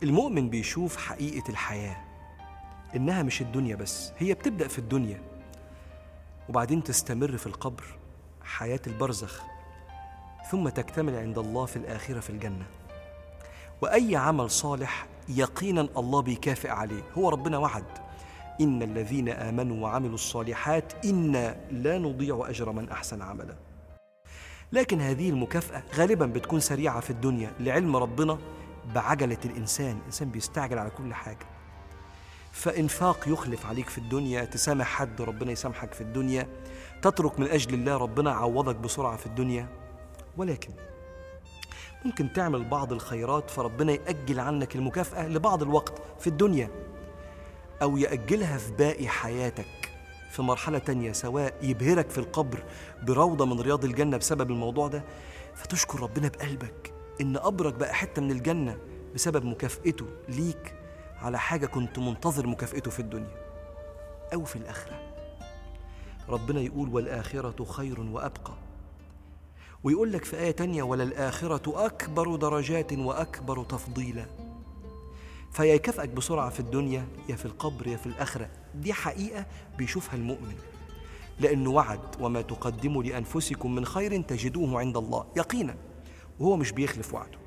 المؤمن بيشوف حقيقة الحياة، إنها مش الدنيا بس، هي بتبدأ في الدنيا وبعدين تستمر في القبر حياة البرزخ، ثم تكتمل عند الله في الآخرة في الجنة. وأي عمل صالح يقينا الله بيكافئ عليه. هو ربنا وعد: إن الذين آمنوا وعملوا الصالحات إنا لا نضيع أجر من أحسن عملا. لكن هذه المكافأة غالبا بتكون سريعة في الدنيا لعلم ربنا بعجلة الإنسان بيستعجل على كل حاجة. فإنفاق يخلف عليك في الدنيا، تسامح حد ربنا يسامحك في الدنيا، تترك من أجل الله ربنا يعوضك بسرعة في الدنيا. ولكن ممكن تعمل بعض الخيرات فربنا يأجل عنك المكافأة لبعض الوقت في الدنيا، أو يأجلها في باقي حياتك في مرحلة تانية، سواء يبهرك في القبر بروضة من رياض الجنة بسبب الموضوع ده، فتشكر ربنا بقلبك إن قبرك بقى حتة من الجنة بسبب مكافئته ليك على حاجة كنت منتظر مكافئته في الدنيا. أو في الآخرة ربنا يقول: والآخرة خير وأبقى. ويقول لك في آية تانية: وللآخرة أكبر درجات وأكبر تفضيلا. فيا يكافئك بسرعة في الدنيا يا في القبر يا في الآخرة. دي حقيقة بيشوفها المؤمن، لأنه وعد: وما تقدموا لأنفسكم من خير تجدوه عند الله يقينا، وهو مش بيخلف وعده.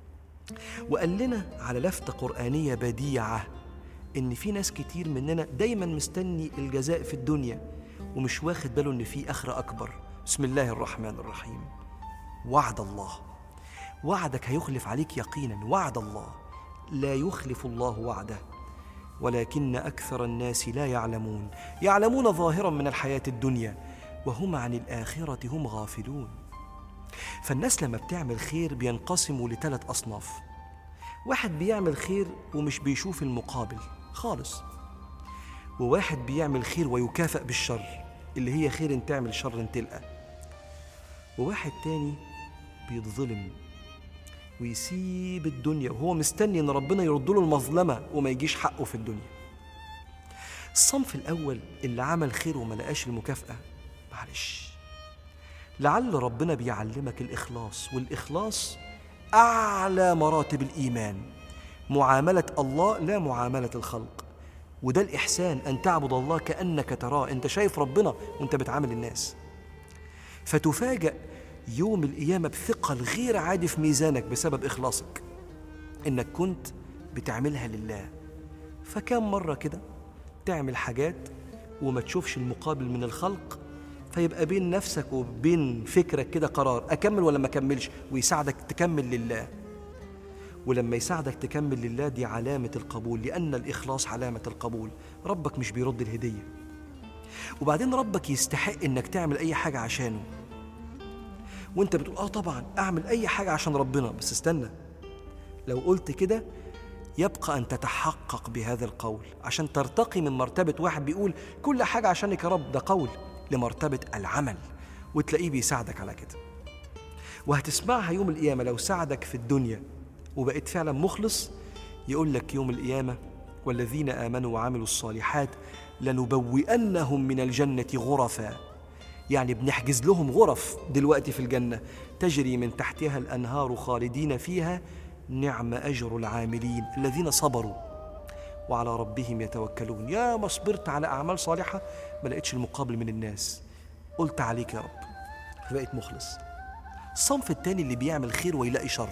وقال لنا على لفتة قرآنية بديعة إن في ناس كتير مننا دايما مستني الجزاء في الدنيا ومش واخد باله إن في آخرة أكبر. بسم الله الرحمن الرحيم. وعد الله، وعدك هيخلف عليك يقينا. وعد الله لا يخلف الله وعده ولكن أكثر الناس لا يعلمون. يعلمون ظاهرا من الحياة الدنيا وهم عن الآخرة هم غافلون. فالناس لما بتعمل خير بينقسموا ل3 أصناف. واحد بيعمل خير ومش بيشوف المقابل خالص، وواحد بيعمل خير ويكافئ بالشر، اللي هي خير ان تعمل شر ان تلقى. وواحد تاني بيتظلم ويسيب الدنيا وهو مستني ان ربنا يرد له المظلمة وما يجيش حقه في الدنيا. الصنف الأول اللي عمل خير وما لقاش المكافأة، معلش، لعل ربنا بيعلمك الإخلاص، والإخلاص أعلى مراتب الإيمان، معاملة الله لا معاملة الخلق. وده الإحسان، أن تعبد الله كأنك تراه، أنت شايف ربنا وأنت بتعامل الناس. فتفاجأ يوم القيامة بثقل غير عادي في ميزانك بسبب إخلاصك، إنك كنت بتعملها لله. فكم مرة كده تعمل حاجات وما تشوفش المقابل من الخلق، فيبقى بين نفسك وبين فكرك كده قرار: أكمل ولا ما أكملش، ويساعدك تكمل لله. ولما يساعدك تكمل لله دي علامة القبول، لأن الإخلاص علامة القبول. ربك مش بيرد الهدية. وبعدين ربك يستحق إنك تعمل أي حاجة عشانه، وانت بتقول طبعا أعمل أي حاجة عشان ربنا. بس استنى، لو قلت كده يبقى أن تتحقق بهذا القول عشان ترتقي من مرتبة واحد بيقول كل حاجة عشانك يا رب، ده قول، لمرتبة العمل، وتلاقيه بيساعدك على كده. وهتسمعها يوم القيامة. لو ساعدك في الدنيا وبقيت فعلا مخلص، يقول لك يوم القيامة: والذين آمنوا وعملوا الصالحات لنبوئنهم من الجنة غرفا. يعني بنحجز لهم غرف دلوقتي في الجنة تجري من تحتها الأنهار خالدين فيها، نعم أجر العاملين الذين صبروا وعلى ربهم يتوكلون. يا ما صبرت على أعمال صالحة ما لقيتش المقابل من الناس، قلت عليك يا رب فبقيت مخلص. الصنف التاني اللي بيعمل خير ويلاقي شر.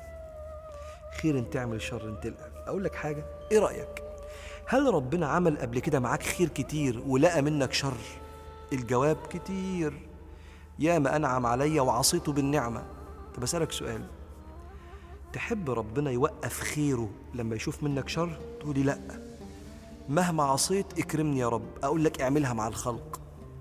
خير ان تعمل شر ان تلقى. أقول لك حاجة، إيه رأيك؟ هل ربنا عمل قبل كده معاك خير كتير ولقى منك شر؟ الجواب كتير. يا ما أنعم علي وعصيته بالنعمة. طب أسألك سؤال، تحب ربنا يوقف خيره لما يشوف منك شر؟ تقولي لأ، مهما عصيت اكرمني يا رب. أقول لك اعملها مع الخلق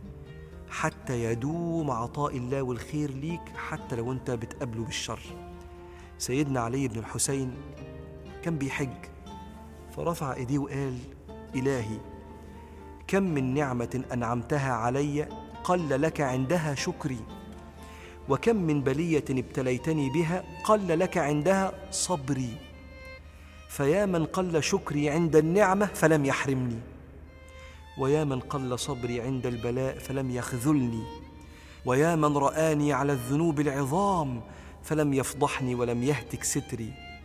حتى يدوم عطاء الله والخير ليك حتى لو أنت بتقابله بالشر. سيدنا علي بن الحسين كان بيحج، فرفع إيديه وقال: إلهي كم من نعمة أنعمتها علي قل لك عندها شكري، وكم من بلية ابتليتني بها قل لك عندها صبري، فيا من قل شكري عند النعمة فلم يحرمني، ويا من قل صبري عند البلاء فلم يخذلني، ويا من رآني على الذنوب العظام فلم يفضحني ولم يهتك ستري،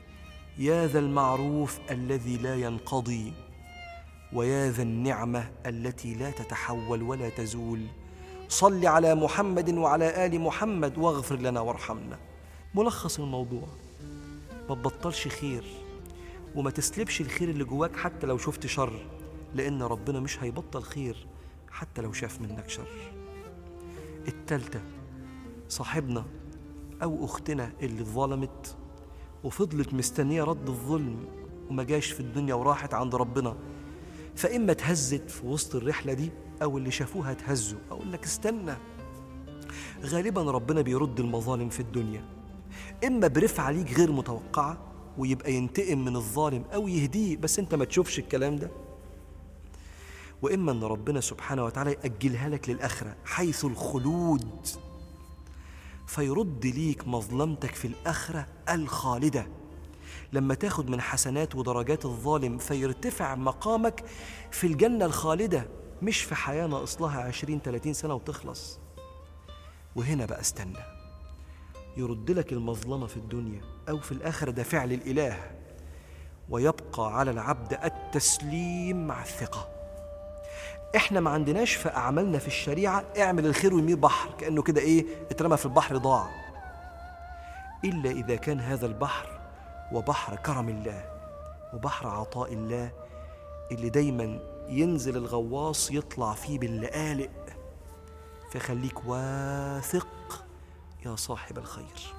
يا ذا المعروف الذي لا ينقضي، ويا ذا النعمة التي لا تتحول ولا تزول، صل على محمد وعلى آل محمد واغفر لنا وارحمنا. ملخص الموضوع: ما تبطلش خير، وما تسلبش الخير اللي جواك حتى لو شفت شر، لأن ربنا مش هيبطل خير حتى لو شاف منك شر. التالتة: صاحبنا أو أختنا اللي ظلمت وفضلت مستنية رد الظلم وما جاش في الدنيا وراحت عند ربنا، فإما اتهزت في وسط الرحلة دي أو اللي شافوها اتهزوا. أقول لك استنى، غالبا ربنا بيرد المظالم في الدنيا، إما برفعة ليك غير متوقعة ويبقى ينتقم من الظالم أو يهديه بس أنت ما تشوفش الكلام ده، وإما أن ربنا سبحانه وتعالى يأجلها لك للآخرة حيث الخلود، فيرد ليك مظلمتك في الآخرة الخالدة لما تاخد من حسنات ودرجات الظالم، فيرتفع مقامك في الجنة الخالدة، مش في حياة ناقصلها 20-30 سنة وتخلص. وهنا بقى استنى، يرد لك المظلمة في الدنيا أو في الآخرة، ده فعل الإله، ويبقى على العبد التسليم مع الثقة. إحنا ما عندناش في أعمالنا في الشريعة اعمل الخير ويمير بحر، كأنه كده اترمى في البحر ضاع، إلا إذا كان هذا البحر وبحر كرم الله وبحر عطاء الله اللي دايما ينزل الغواص يطلع فيه باللآلئ. فخليك واثق يا صاحب الخير.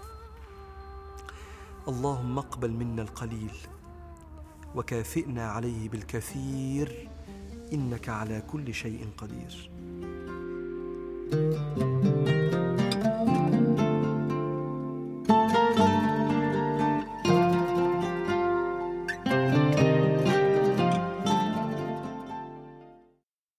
اللهم اقبل منا القليل وكافئنا عليه بالكثير، إنك على كل شيء قدير.